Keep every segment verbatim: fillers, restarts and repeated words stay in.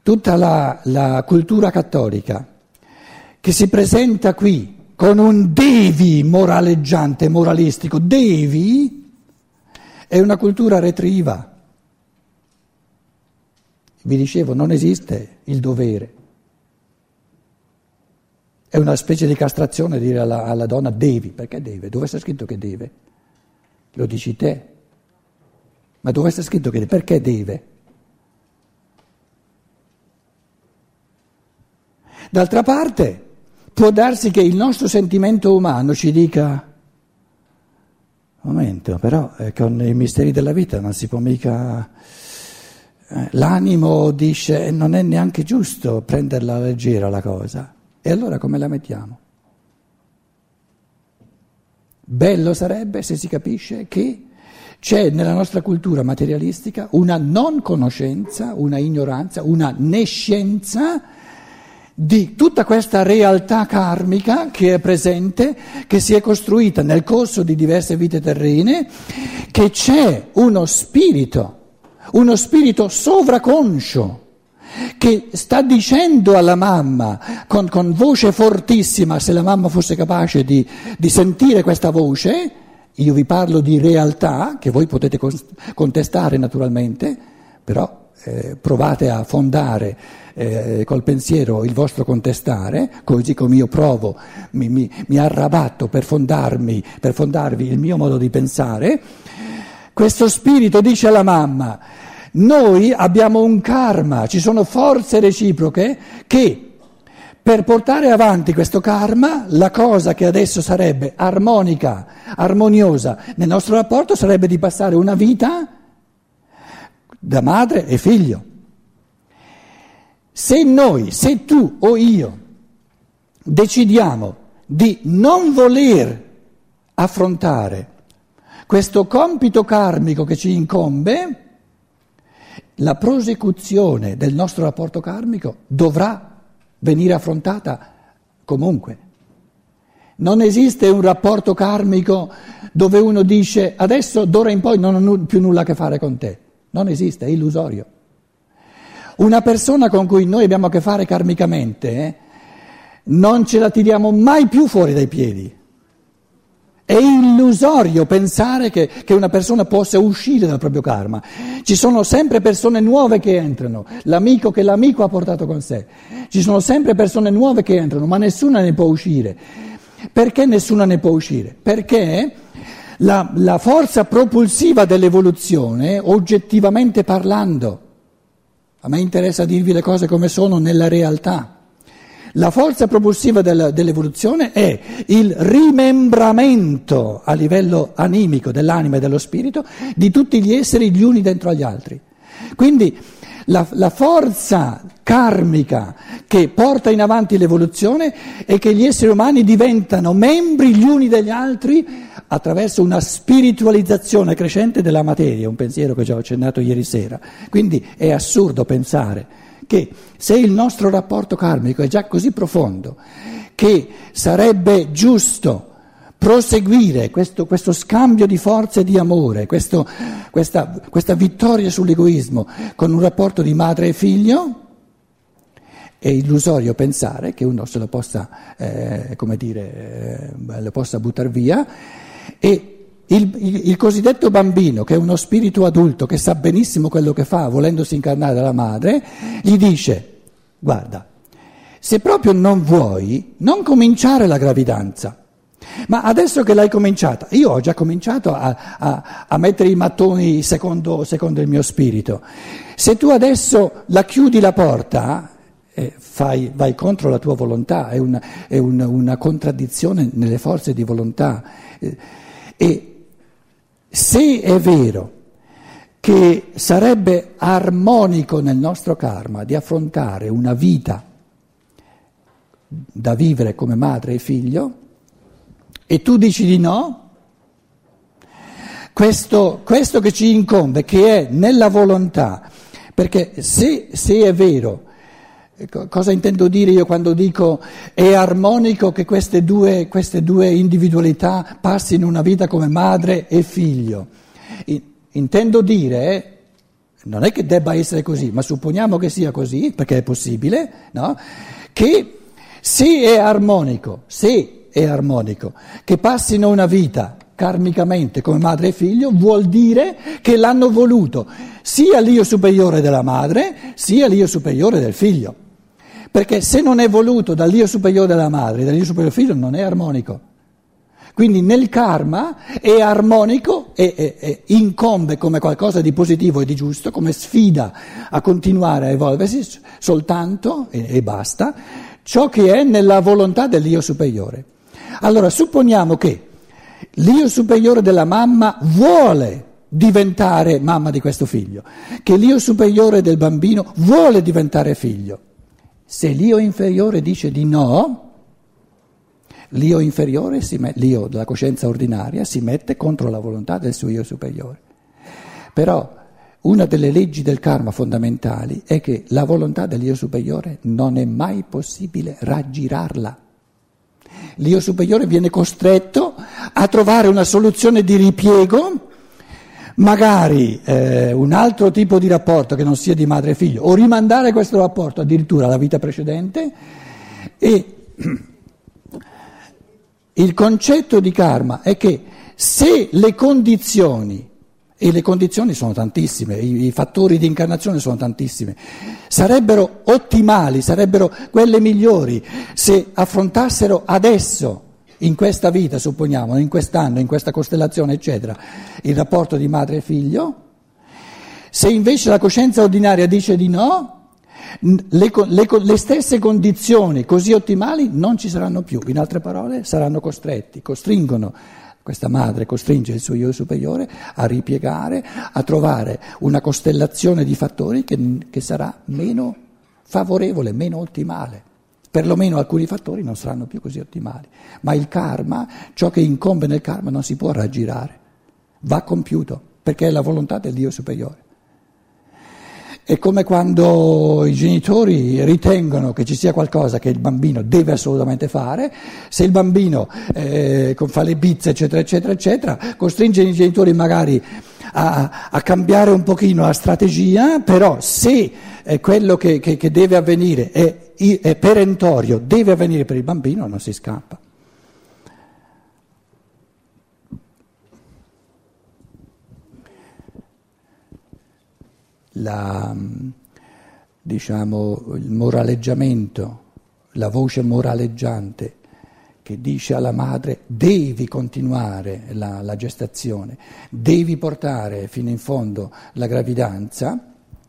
tutta la, la cultura cattolica che si presenta qui con un devi moraleggiante, moralistico, devi, è una cultura retriva. Vi dicevo, non esiste il dovere. È una specie di castrazione dire alla, alla donna devi, perché deve? Dove sta scritto che deve? Lo dici te. Ma dove sta scritto che deve? Perché deve? D'altra parte, può darsi che il nostro sentimento umano ci dica, momento, però eh, con i misteri della vita non si può mica... Eh, l'animo dice, non è neanche giusto prenderla leggera la cosa. E allora come la mettiamo? Bello sarebbe se si capisce che c'è nella nostra cultura materialistica una non conoscenza, una ignoranza, una nescienza di tutta questa realtà karmica che è presente, che si è costruita nel corso di diverse vite terrene, che c'è uno spirito, uno spirito sovraconscio, che sta dicendo alla mamma con, con voce fortissima, se la mamma fosse capace di, di sentire questa voce, io vi parlo di realtà che voi potete contestare naturalmente, però eh, provate a fondare eh, col pensiero il vostro contestare, così come io provo, mi, mi, mi arrabatto per fondarmi, per fondarvi il mio modo di pensare. Questo spirito dice alla mamma: noi abbiamo un karma, ci sono forze reciproche che per portare avanti questo karma, la cosa che adesso sarebbe armonica, armoniosa nel nostro rapporto sarebbe di passare una vita da madre e figlio. Se noi, se tu o io decidiamo di non voler affrontare questo compito karmico che ci incombe, la prosecuzione del nostro rapporto karmico dovrà venire affrontata comunque. Non esiste un rapporto karmico dove uno dice adesso d'ora in poi non ho nu- più nulla a che fare con te. Non esiste, è illusorio. Una persona con cui noi abbiamo a che fare karmicamente eh, non ce la tiriamo mai più fuori dai piedi. È illusorio pensare che, che una persona possa uscire dal proprio karma. Ci sono sempre persone nuove che entrano, l'amico che l'amico ha portato con sé. Ci sono sempre persone nuove che entrano, ma nessuna ne può uscire. Perché nessuna ne può uscire? Perché la, la forza propulsiva dell'evoluzione, oggettivamente parlando, a me interessa dirvi le cose come sono nella realtà. La forza propulsiva del, dell'evoluzione è il rimembramento a livello animico dell'anima e dello spirito di tutti gli esseri gli uni dentro agli altri. Quindi la, la forza karmica che porta in avanti l'evoluzione è che gli esseri umani diventano membri gli uni degli altri attraverso una spiritualizzazione crescente della materia, un pensiero che già ho accennato ieri sera. Quindi è assurdo pensare che se il nostro rapporto karmico è già così profondo che sarebbe giusto proseguire questo, questo scambio di forze e di amore, questo, questa, questa vittoria sull'egoismo con un rapporto di madre e figlio, è illusorio pensare che uno se lo possa, eh, come dire, eh, lo possa buttare via. E Il, il, il cosiddetto bambino, che è uno spirito adulto che sa benissimo quello che fa volendosi incarnare dalla madre, gli dice: guarda, se proprio non vuoi, non cominciare la gravidanza, ma adesso che l'hai cominciata, io ho già cominciato a, a, a mettere i mattoni secondo, secondo il mio spirito, se tu adesso la chiudi la porta, eh, fai, vai contro la tua volontà, è, una, è una, una contraddizione nelle forze di volontà. Eh, e se è vero che sarebbe armonico nel nostro karma di affrontare una vita da vivere come madre e figlio, e tu dici di no, questo, questo che ci incombe, che è nella volontà, perché se, se è vero, cosa intendo dire io quando dico è armonico che queste due, queste due individualità passino una vita come madre e figlio? Intendo dire non è che debba essere così, ma supponiamo che sia così, perché è possibile, no? Che se è armonico, se è armonico, che passino una vita karmicamente come madre e figlio, vuol dire che l'hanno voluto sia l'io superiore della madre, sia l'io superiore del figlio. Perché se non è voluto dall'io superiore della madre e dall'io superiore del figlio, non è armonico. Quindi nel karma è armonico e, e, e incombe come qualcosa di positivo e di giusto, come sfida a continuare a evolversi soltanto, e, e basta, ciò che è nella volontà dell'io superiore. Allora supponiamo che l'io superiore della mamma vuole diventare mamma di questo figlio, che l'io superiore del bambino vuole diventare figlio. Se l'io inferiore dice di no, l'io inferiore, si met- l'io della coscienza ordinaria, si mette contro la volontà del suo io superiore. Però una delle leggi del karma fondamentali è che la volontà dell'io superiore non è mai possibile raggirarla. L'io superiore viene costretto a trovare una soluzione di ripiego, magari eh, un altro tipo di rapporto che non sia di madre e figlio, o rimandare questo rapporto addirittura alla vita precedente. E il concetto di karma è che se le condizioni, e le condizioni sono tantissime, i, i fattori di incarnazione sono tantissime, sarebbero ottimali, sarebbero quelle migliori se affrontassero adesso, in questa vita supponiamo, in quest'anno, in questa costellazione eccetera, il rapporto di madre e figlio, se invece la coscienza ordinaria dice di no, Le, le, le stesse condizioni così ottimali non ci saranno più, in altre parole saranno costretti, costringono, questa madre costringe il suo io superiore a ripiegare, a trovare una costellazione di fattori che, che sarà meno favorevole, meno ottimale, perlomeno alcuni fattori non saranno più così ottimali, ma il karma, ciò che incombe nel karma non si può raggirare, va compiuto perché è la volontà del Dio superiore. È come quando i genitori ritengono che ci sia qualcosa che il bambino deve assolutamente fare, se il bambino eh, fa le bizze eccetera eccetera eccetera, costringe i genitori magari a, a cambiare un pochino la strategia, però se eh, quello che, che, che deve avvenire è, è perentorio, deve avvenire per il bambino, non si scappa. La, diciamo, il moraleggiamento, la voce moraleggiante che dice alla madre devi continuare la, la gestazione, devi portare fino in fondo la gravidanza,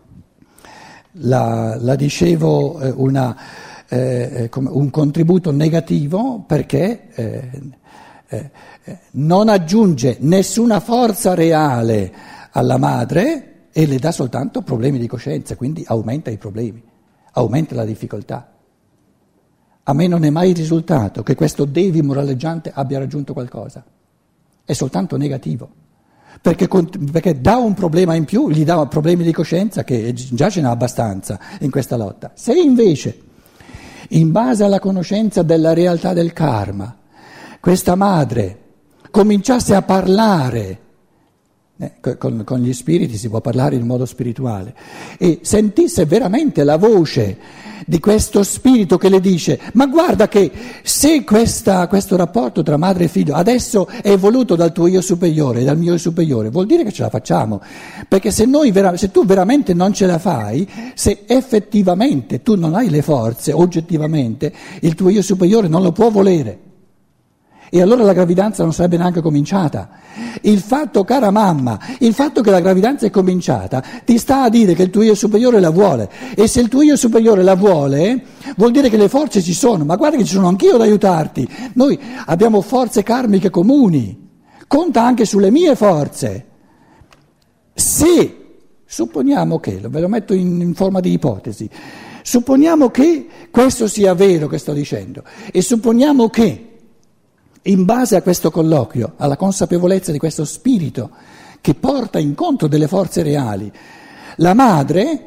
la, la dicevo eh, una, eh, come un contributo negativo perché eh, eh, non aggiunge nessuna forza reale alla madre e le dà soltanto problemi di coscienza, quindi aumenta i problemi, aumenta la difficoltà. A me non è mai risultato che questo devi moraleggiante abbia raggiunto qualcosa, è soltanto negativo, perché, perché dà un problema in più, gli dà problemi di coscienza che già ce n'ha abbastanza in questa lotta. Se invece, in base alla conoscenza della realtà del karma, questa madre cominciasse a parlare, Eh, con, con gli spiriti si può parlare in modo spirituale, e sentisse veramente la voce di questo spirito che le dice ma guarda che se questa, questo rapporto tra madre e figlio adesso è voluto dal tuo io superiore e dal mio io superiore, vuol dire che ce la facciamo, perché se, noi vera, se tu veramente non ce la fai, se effettivamente tu non hai le forze, oggettivamente il tuo io superiore non lo può volere. E allora la gravidanza non sarebbe neanche cominciata. Il fatto, cara mamma, il fatto che la gravidanza è cominciata ti sta a dire che il tuo io superiore la vuole. E se il tuo io superiore la vuole, vuol dire che le forze ci sono. Ma guarda che ci sono anch'io ad aiutarti. Noi abbiamo forze karmiche comuni. Conta anche sulle mie forze. Se, supponiamo che, ve lo metto in, in forma di ipotesi, supponiamo che questo sia vero che sto dicendo, e supponiamo che in base a questo colloquio, alla consapevolezza di questo spirito che porta incontro delle forze reali, la madre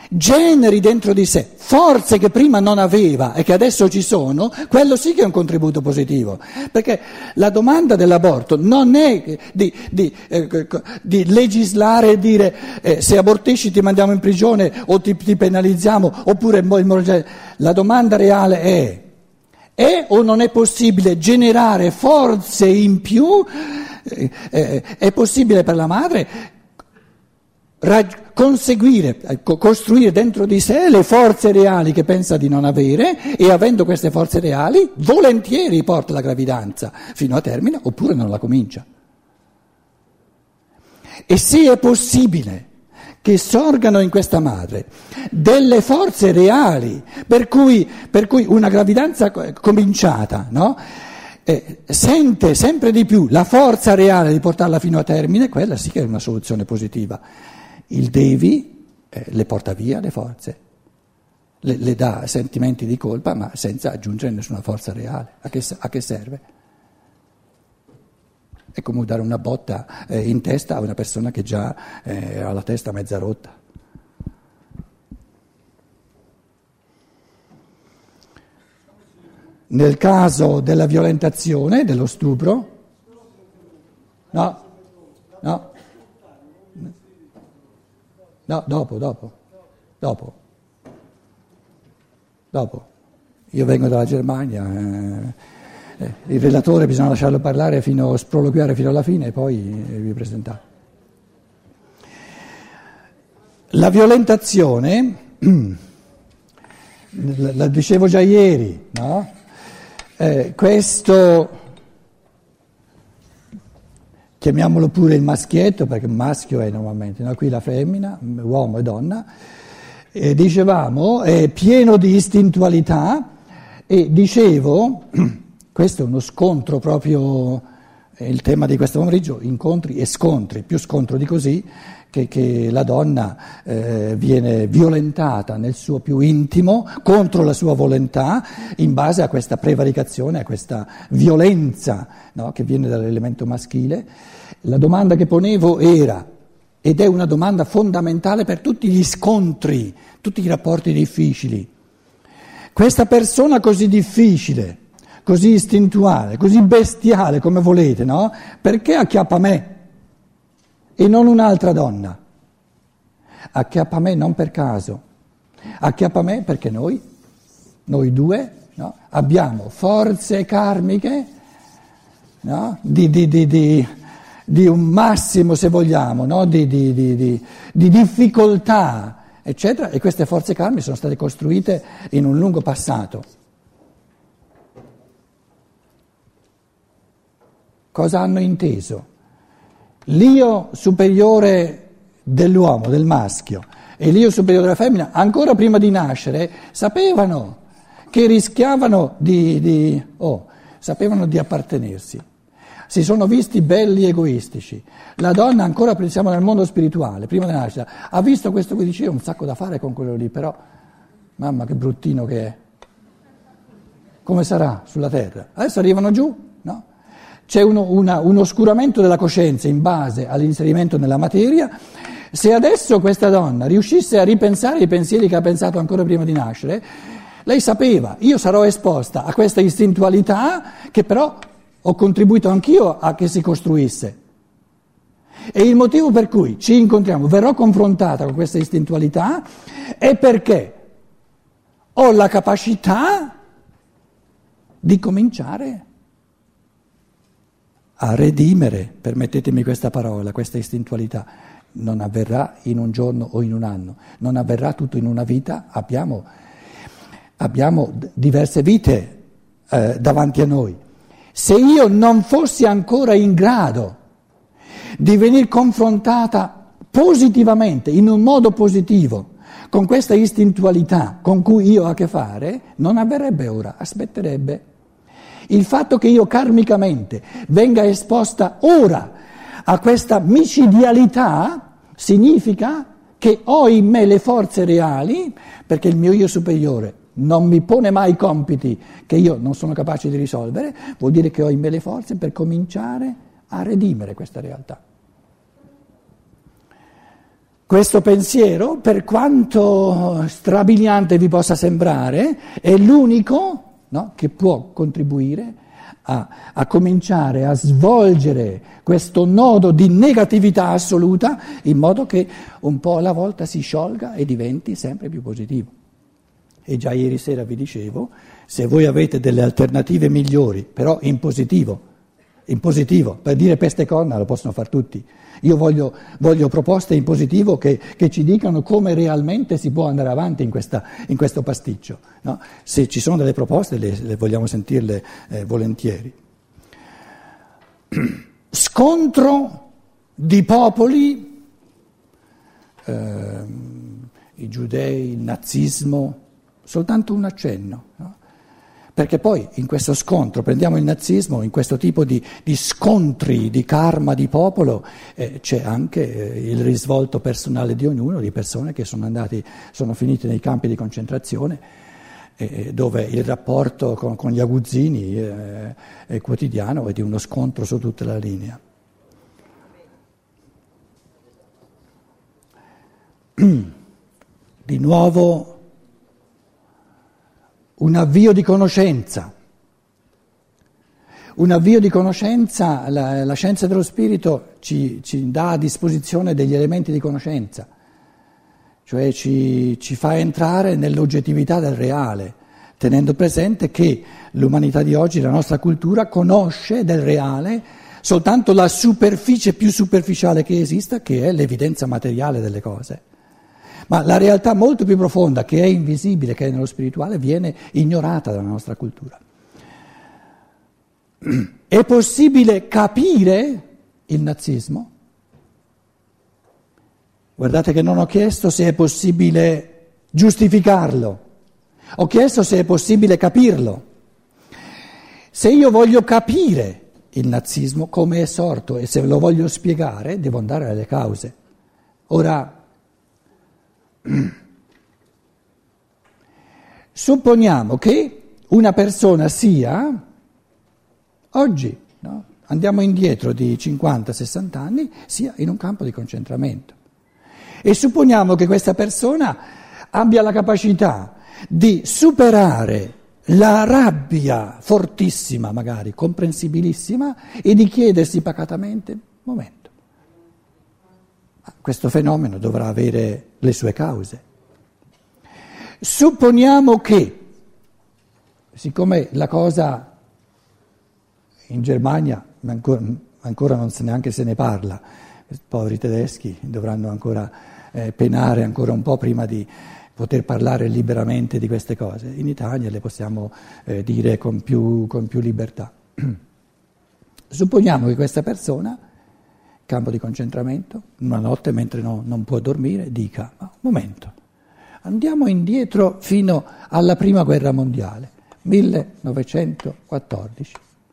generi dentro di sé forze che prima non aveva e che adesso ci sono, quello sì che è un contributo positivo, perché la domanda dell'aborto non è di, di, eh, di legislare e dire eh, se abortisci ti mandiamo in prigione o ti, ti penalizziamo, oppure la domanda reale è: è o non è possibile generare forze in più? Eh, eh, è possibile per la madre rag- conseguire, costruire dentro di sé le forze reali che pensa di non avere, e avendo queste forze reali volentieri porta la gravidanza fino a termine oppure non la comincia. E se è possibile che sorgano in questa madre delle forze reali per cui, per cui una gravidanza cominciata, no? eh, sente sempre di più la forza reale di portarla fino a termine, quella sì che è una soluzione positiva. Il devi eh, le porta via le forze, le, le dà sentimenti di colpa, ma senza aggiungere nessuna forza reale. A che, a che serve? È come dare una botta eh, in testa a una persona che già eh, ha la testa mezza rotta. Nel caso della violentazione, dello stupro, no, no, no, dopo, dopo, dopo, dopo. Io vengo dalla Germania. Eh, Il relatore bisogna lasciarlo parlare fino, sproloquiare fino alla fine e poi vi presentate. La violentazione, la dicevo già ieri, no? Eh, questo, chiamiamolo pure il maschietto, perché un maschio è normalmente, no? Qui la femmina, uomo e donna, e dicevamo è pieno di istintualità, e dicevo... Questo è uno scontro proprio, è il tema di questo pomeriggio, incontri e scontri, più scontro di così, che, che la donna eh, viene violentata nel suo più intimo, contro la sua volontà, in base a questa prevaricazione, a questa violenza, no, che viene dall'elemento maschile. La domanda che ponevo era, ed è una domanda fondamentale per tutti gli scontri, tutti i rapporti difficili, questa persona così difficile, così istintuale, così bestiale come volete, no? Perché acchiappa me e non un'altra donna? Acchiappa me non per caso, acchiappa me perché noi, noi due, no? Abbiamo forze karmiche, no? di, di, di, di, di un massimo, se vogliamo, no? di, di, di, di, di difficoltà, eccetera, e queste forze karmiche sono state costruite in un lungo passato. Cosa hanno inteso? L'io superiore dell'uomo, del maschio, e l'io superiore della femmina, ancora prima di nascere, sapevano che rischiavano di, di, oh, sapevano di appartenersi. Si sono visti belli egoistici. La donna, ancora pensiamo nel mondo spirituale, prima della nascita, ha visto questo qui, dice: io ho un sacco da fare con quello lì, però, mamma che bruttino che è. Come sarà sulla terra? Adesso arrivano giù, no? C'è uno, una, un oscuramento della coscienza in base all'inserimento nella materia. Se adesso questa donna riuscisse a ripensare i pensieri che ha pensato ancora prima di nascere, lei sapeva, io sarò esposta a questa istintualità che però ho contribuito anch'io a che si costruisse. E il motivo per cui ci incontriamo, verrò confrontata con questa istintualità, è perché ho la capacità di cominciare a redimere, permettetemi questa parola, questa istintualità. Non avverrà in un giorno o in un anno, non avverrà tutto in una vita. Abbiamo, abbiamo diverse vite eh, davanti a noi. Se io non fossi ancora in grado di venire confrontata positivamente, in un modo positivo, con questa istintualità con cui io ho a che fare, non avverrebbe ora, aspetterebbe. Il fatto che io karmicamente venga esposta ora a questa micidialità significa che ho in me le forze reali, perché il mio io superiore non mi pone mai compiti che io non sono capace di risolvere, vuol dire che ho in me le forze per cominciare a redimere questa realtà. Questo pensiero, per quanto strabiliante vi possa sembrare, è l'unico, no, che può contribuire a, a cominciare a svolgere questo nodo di negatività assoluta in modo che un po' alla volta si sciolga e diventi sempre più positivo. E già ieri sera vi dicevo, se voi avete delle alternative migliori, però in positivo, in positivo, per dire peste e corna lo possono fare tutti. Io voglio, voglio proposte in positivo che, che ci dicano come realmente si può andare avanti in, questa, in questo pasticcio. No? Se ci sono delle proposte le, le vogliamo sentirle eh, volentieri. Scontro di popoli, eh, i giudei, il nazismo, soltanto un accenno, no? Perché poi in questo scontro, prendiamo il nazismo, in questo tipo di, di scontri, di karma di popolo, eh, c'è anche eh, il risvolto personale di ognuno, di persone che sono andati, sono finite nei campi di concentrazione, eh, dove il rapporto con, con gli aguzzini eh, è quotidiano e di uno scontro su tutta la linea. Di nuovo un avvio di conoscenza, un avvio di conoscenza, la, la scienza dello spirito ci, ci dà a disposizione degli elementi di conoscenza, cioè ci, ci fa entrare nell'oggettività del reale, tenendo presente che l'umanità di oggi, la nostra cultura, conosce del reale soltanto la superficie più superficiale che esista, che è l'evidenza materiale delle cose. Ma la realtà molto più profonda, che è invisibile, che è nello spirituale, viene ignorata dalla nostra cultura. È possibile capire il nazismo? Guardate che non ho chiesto se è possibile giustificarlo, ho chiesto se è possibile capirlo. Se io voglio capire il nazismo, come è sorto, e se lo voglio spiegare, devo andare alle cause. Ora, supponiamo che una persona sia, oggi, no? Andiamo indietro di cinquanta sessanta anni, sia in un campo di concentramento. E supponiamo che questa persona abbia la capacità di superare la rabbia fortissima, magari comprensibilissima, e di chiedersi pacatamente, momento, questo fenomeno dovrà avere le sue cause. Supponiamo che, siccome la cosa in Germania ancora, ancora non se neanche se ne parla, i poveri tedeschi dovranno ancora eh, penare ancora un po' prima di poter parlare liberamente di queste cose, in Italia le possiamo eh, dire con più, con più libertà. Supponiamo che questa persona, campo di concentramento, una notte mentre no, non può dormire, dica, ma un momento, andiamo indietro fino alla Prima Guerra Mondiale, millenovecentoquattordici.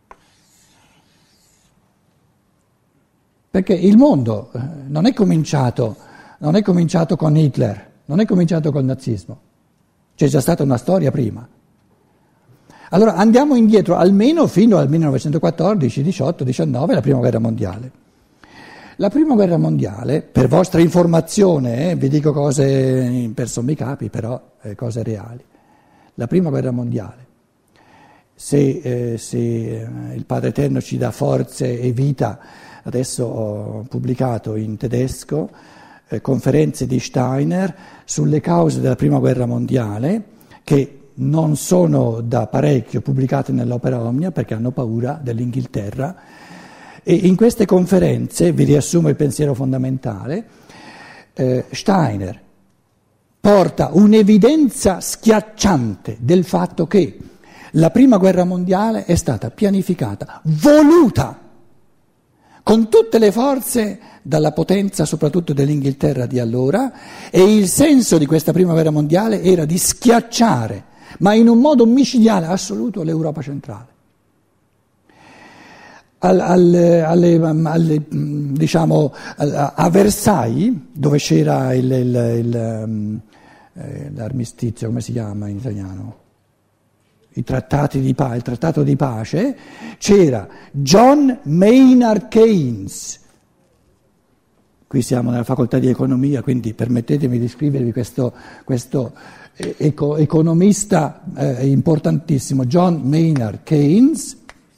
Perché il mondo non è cominciato, non è cominciato con Hitler, non è cominciato col nazismo, c'è già stata una storia prima. Allora andiamo indietro almeno fino al millenovecentoquattordici, diciotto, diciannove, la Prima Guerra Mondiale. La Prima Guerra Mondiale, per vostra informazione, eh, vi dico cose per sommi capi, però eh, cose reali. La Prima Guerra Mondiale, se, eh, se eh, il Padre Eterno ci dà forze e vita, adesso ho pubblicato in tedesco eh, conferenze di Steiner sulle cause della Prima Guerra Mondiale, che non sono da parecchio pubblicate nell'Opera Omnia perché hanno paura dell'Inghilterra. E in queste conferenze, vi riassumo il pensiero fondamentale, eh, Steiner porta un'evidenza schiacciante del fatto che la Prima Guerra Mondiale è stata pianificata, voluta, con tutte le forze dalla potenza soprattutto dell'Inghilterra di allora, e il senso di questa Prima Guerra Mondiale era di schiacciare, ma in un modo micidiale assoluto, l'Europa centrale. Al, al, alle, alle, diciamo, a Versailles, dove c'era il, il, il, l'armistizio, come si chiama in italiano? I trattati di pace, il trattato di pace, c'era John Maynard Keynes, qui siamo nella facoltà di economia, quindi permettetemi di scrivervi questo, questo eco, economista eh, importantissimo, John Maynard Keynes.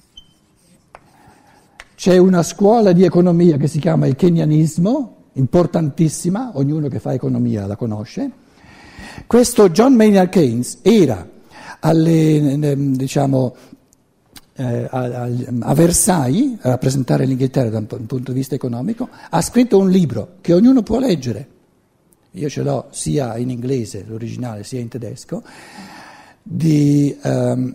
C'è una scuola di economia che si chiama il keynianismo, importantissima, ognuno che fa economia la conosce. Questo John Maynard Keynes era alle, diciamo, eh, a, a Versailles a rappresentare l'Inghilterra da un punto di vista economico, ha scritto un libro che ognuno può leggere, io ce l'ho sia in inglese, l'originale, sia in tedesco, di... Um,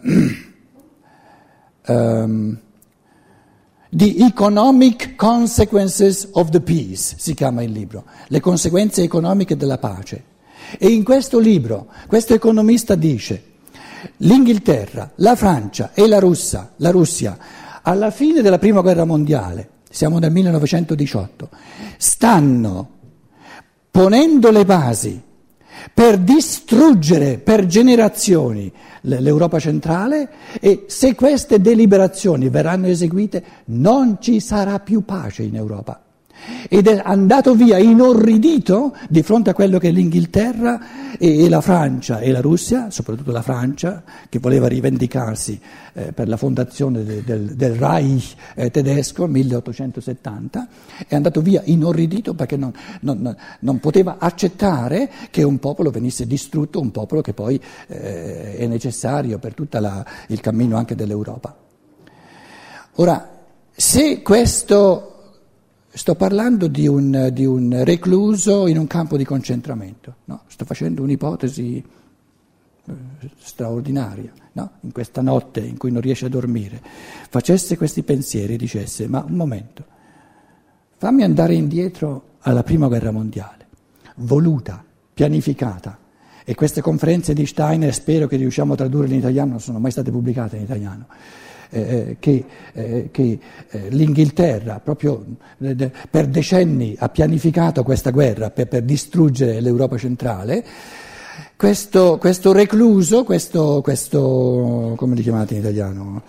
um, The Economic Consequences of the Peace, si chiama il libro, le conseguenze economiche della pace. E in questo libro, questo economista dice, l'Inghilterra, la Francia e la Russia, la Russia, alla fine della Prima Guerra Mondiale, siamo nel millenovecentodiciotto, stanno ponendo le basi per distruggere per generazioni l'Europa centrale, e se queste deliberazioni verranno eseguite non ci sarà più pace in Europa. Ed è andato via inorridito di fronte a quello che l'Inghilterra e, e la Francia e la Russia, soprattutto la Francia, che voleva rivendicarsi eh, per la fondazione de, del, del Reich eh, tedesco nel milleottocentosettanta, è andato via inorridito perché non, non, non poteva accettare che un popolo venisse distrutto, un popolo che poi eh, è necessario per tutto il cammino anche dell'Europa. Ora, se questo... Sto parlando di un, di un recluso in un campo di concentramento, no? Sto facendo un'ipotesi eh, straordinaria, no? In questa notte in cui non riesce a dormire, facesse questi pensieri e dicesse, ma un momento, fammi andare indietro alla Prima Guerra Mondiale, voluta, pianificata, e queste conferenze di Steiner, spero che riusciamo a tradurre in italiano, non sono mai state pubblicate in italiano, Eh, che, eh, che eh, l'Inghilterra proprio eh, per decenni ha pianificato questa guerra per, per distruggere l'Europa centrale, questo, questo recluso, questo, questo, come li chiamate in italiano?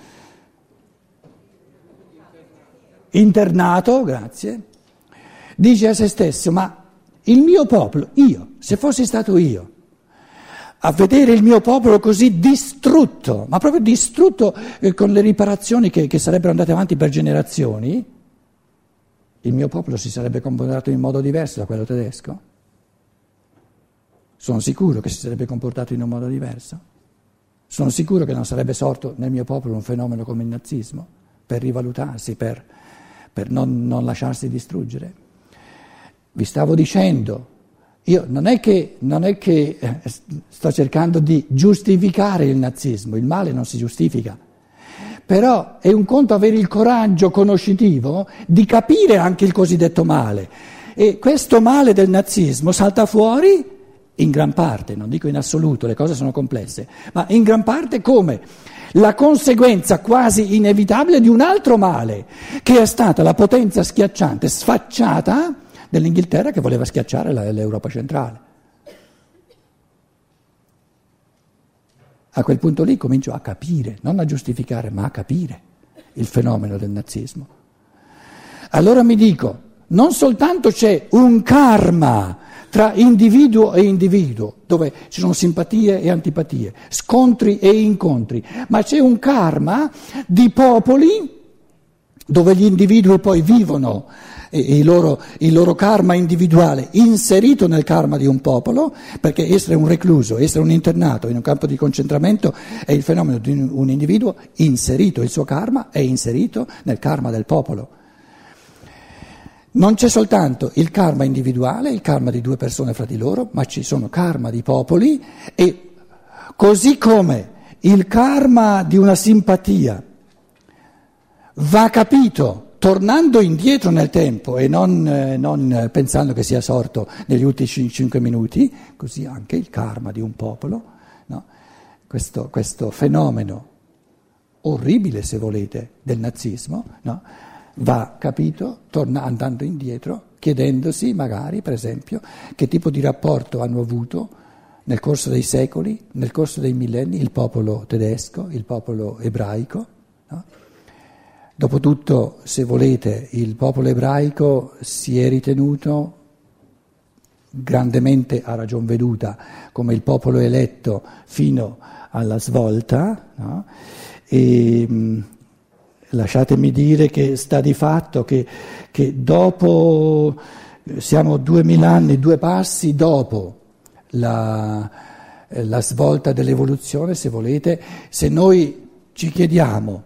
Internato, grazie, dice a se stesso, ma il mio popolo, io, se fossi stato io, a vedere il mio popolo così distrutto, ma proprio distrutto eh, con le riparazioni che, che sarebbero andate avanti per generazioni, il mio popolo si sarebbe comportato in modo diverso da quello tedesco? Sono sicuro che si sarebbe comportato in un modo diverso? Sono sicuro che non sarebbe sorto nel mio popolo un fenomeno come il nazismo, per rivalutarsi, per, per non, non lasciarsi distruggere? Vi stavo dicendo... Io non è che, non è che eh, sto cercando di giustificare il nazismo, il male non si giustifica, però è un conto avere il coraggio conoscitivo di capire anche il cosiddetto male, e questo male del nazismo salta fuori in gran parte, non dico in assoluto, le cose sono complesse, ma in gran parte come la conseguenza quasi inevitabile di un altro male, che è stata la potenza schiacciante, sfacciata, dell'Inghilterra, che voleva schiacciare la, l'Europa centrale. A quel punto lì comincio a capire, non a giustificare, ma a capire il fenomeno del nazismo. Allora mi dico, non soltanto c'è un karma tra individuo e individuo, dove ci sono simpatie e antipatie, scontri e incontri, ma c'è un karma di popoli dove gli individui poi vivono il loro, il loro karma individuale inserito nel karma di un popolo, perché essere un recluso, essere un internato in un campo di concentramento è il fenomeno di un individuo inserito, il suo karma è inserito nel karma del popolo. Non c'è soltanto il karma individuale, il karma di due persone fra di loro, ma ci sono karma di popoli, e così come il karma di una simpatia va capito tornando indietro nel tempo e non, eh, non pensando che sia sorto negli ultimi cinque minuti, così anche il karma di un popolo, no? questo, questo fenomeno orribile, se volete, del nazismo, no? Va capito torna, andando indietro, chiedendosi magari, per esempio, che tipo di rapporto hanno avuto nel corso dei secoli, nel corso dei millenni, il popolo tedesco, il popolo ebraico, no? Dopotutto, se volete, il popolo ebraico si è ritenuto grandemente a ragion veduta come il popolo eletto fino alla svolta, no? E mh, lasciatemi dire che sta di fatto che, che dopo, siamo duemila anni, due passi dopo la, la svolta dell'evoluzione, se volete, se noi ci chiediamo,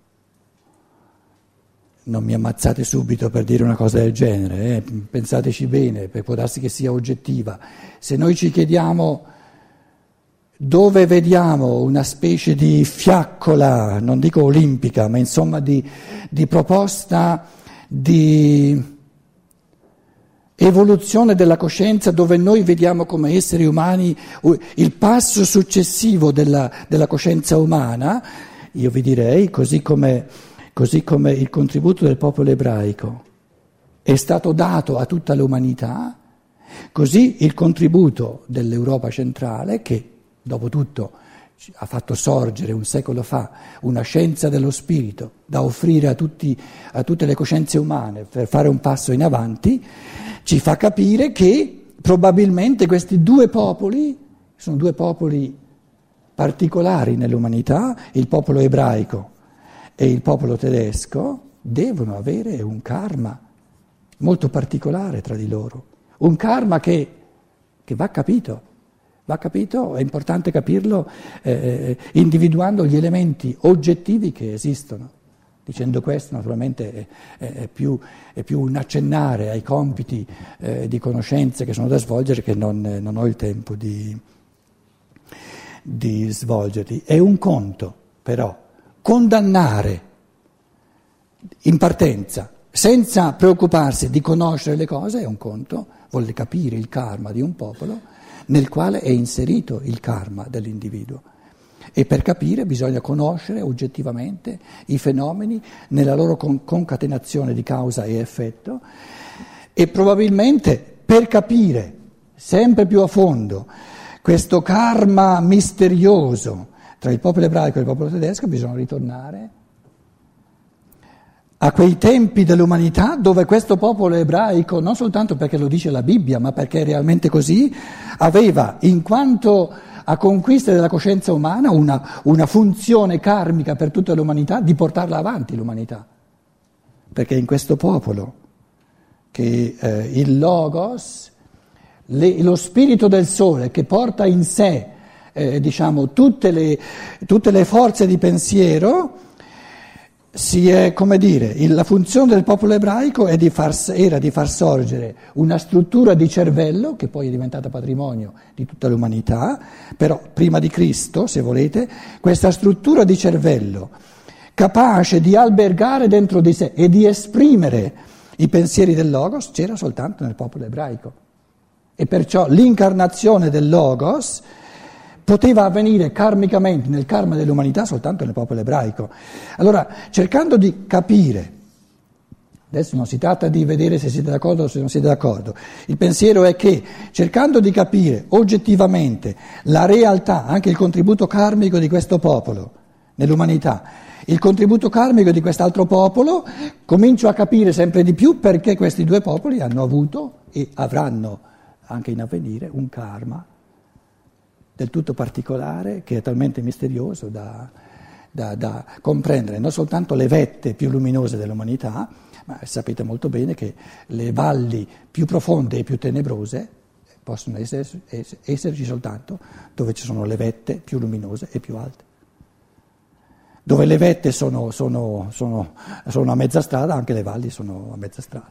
non mi ammazzate subito per dire una cosa del genere, eh? Pensateci bene, perché può darsi che sia oggettiva. Se noi ci chiediamo dove vediamo una specie di fiaccola, non dico olimpica, ma insomma di, di proposta di evoluzione della coscienza, dove noi vediamo come esseri umani il passo successivo della, della coscienza umana, io vi direi, così come... Così come il contributo del popolo ebraico è stato dato a tutta l'umanità, così il contributo dell'Europa centrale, che dopo tutto ha fatto sorgere un secolo fa una scienza dello spirito da offrire a, tutti, a tutte le coscienze umane per fare un passo in avanti, ci fa capire che probabilmente questi due popoli sono due popoli particolari nell'umanità, il popolo ebraico e il popolo tedesco devono avere un karma molto particolare tra di loro, un karma che, che va capito, va capito, è importante capirlo eh, individuando gli elementi oggettivi che esistono. Dicendo questo naturalmente è, è, più, è più un accennare ai compiti eh, di conoscenze che sono da svolgere che non, non ho il tempo di, di svolgerli. È un conto però condannare in partenza, senza preoccuparsi di conoscere le cose, è un conto, vuole capire il karma di un popolo nel quale è inserito il karma dell'individuo. E per capire bisogna conoscere oggettivamente i fenomeni nella loro con- concatenazione di causa e effetto, e probabilmente per capire sempre più a fondo questo karma misterioso tra il popolo ebraico e il popolo tedesco bisogna ritornare a quei tempi dell'umanità dove questo popolo ebraico, non soltanto perché lo dice la Bibbia, ma perché è realmente così, aveva, in quanto a conquista della coscienza umana, una, una funzione karmica per tutta l'umanità di portarla avanti l'umanità. Perché in questo popolo che eh, il Logos, le, lo spirito del sole che porta in sé Eh, diciamo, tutte le, tutte le forze di pensiero, si è, come dire, il, la funzione del popolo ebraico è di far, era di far sorgere una struttura di cervello, che poi è diventata patrimonio di tutta l'umanità, però prima di Cristo, se volete, questa struttura di cervello capace di albergare dentro di sé e di esprimere i pensieri del Logos c'era soltanto nel popolo ebraico. E perciò l'incarnazione del Logos poteva avvenire karmicamente nel karma dell'umanità soltanto nel popolo ebraico. Allora, cercando di capire, adesso non si tratta di vedere se siete d'accordo o se non siete d'accordo, il pensiero è che cercando di capire oggettivamente la realtà, anche il contributo karmico di questo popolo nell'umanità, il contributo karmico di quest'altro popolo, comincio a capire sempre di più perché questi due popoli hanno avuto e avranno anche in avvenire un karma del tutto particolare, che è talmente misterioso da, da, da comprendere non soltanto le vette più luminose dell'umanità, ma sapete molto bene che le valli più profonde e più tenebrose possono esserci, esserci soltanto dove ci sono le vette più luminose e più alte. Dove le vette sono, sono, sono, sono a mezza strada, anche le valli sono a mezza strada.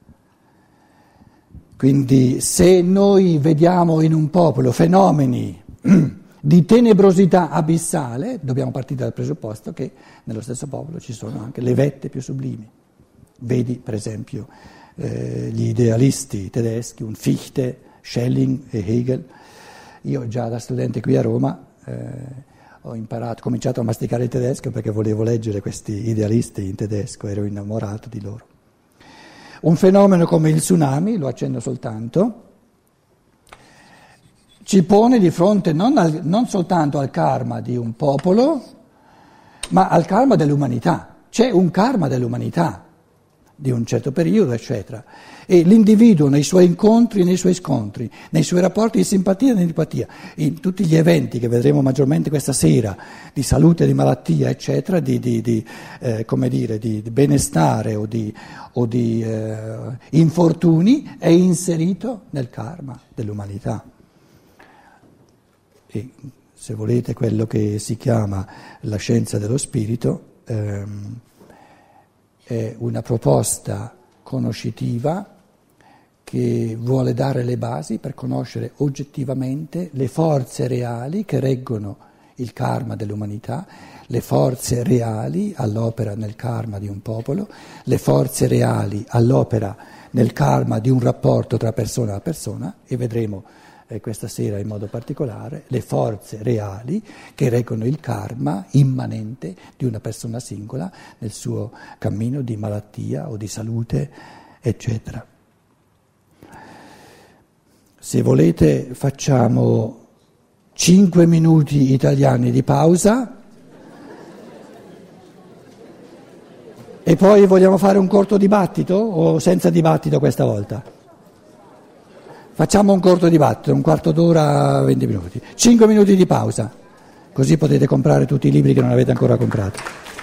Quindi se noi vediamo in un popolo fenomeni di tenebrosità abissale, dobbiamo partire dal presupposto che nello stesso popolo ci sono anche le vette più sublimi. Vedi per esempio eh, gli idealisti tedeschi, un Fichte, Schelling e Hegel. Io già da studente qui a Roma eh, ho imparato, ho cominciato a masticare il tedesco perché volevo leggere questi idealisti in tedesco, ero innamorato di loro. Un fenomeno come il tsunami, lo accenno soltanto, ci pone di fronte non, al, non soltanto al karma di un popolo, ma al karma dell'umanità. c'è un karma dell'umanità di un certo periodo, eccetera. E l'individuo nei suoi incontri e nei suoi scontri, nei suoi rapporti di simpatia e di antipatia, in tutti gli eventi che vedremo maggiormente questa sera, di salute, di malattia, eccetera, di, di, di, eh, come dire, di, di benestare o di, o di eh, infortuni, è inserito nel karma dell'umanità. E se volete quello che si chiama la scienza dello spirito, ehm, è una proposta conoscitiva che vuole dare le basi per conoscere oggettivamente le forze reali che reggono il karma dell'umanità, le forze reali all'opera nel karma di un popolo, le forze reali all'opera nel karma di un rapporto tra persona a persona, e vedremo eh, questa sera in modo particolare le forze reali che reggono il karma immanente di una persona singola nel suo cammino di malattia o di salute, eccetera. Se volete facciamo cinque minuti italiani di pausa e poi vogliamo fare un corto dibattito o senza dibattito questa volta? Facciamo un corto dibattito, un quarto d'ora, venti minuti. Cinque minuti di pausa, così potete comprare tutti i libri che non avete ancora comprato.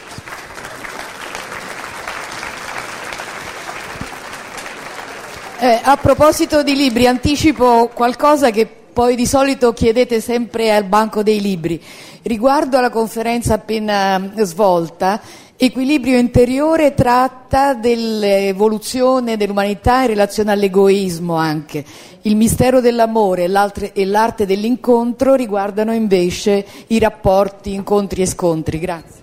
Eh, a proposito di libri, anticipo qualcosa che poi di solito chiedete sempre al banco dei libri. Riguardo alla conferenza appena svolta, Equilibrio interiore tratta dell'evoluzione dell'umanità in relazione all'egoismo anche. Il mistero dell'amore e l'arte dell'incontro riguardano invece i rapporti, incontri e scontri. Grazie.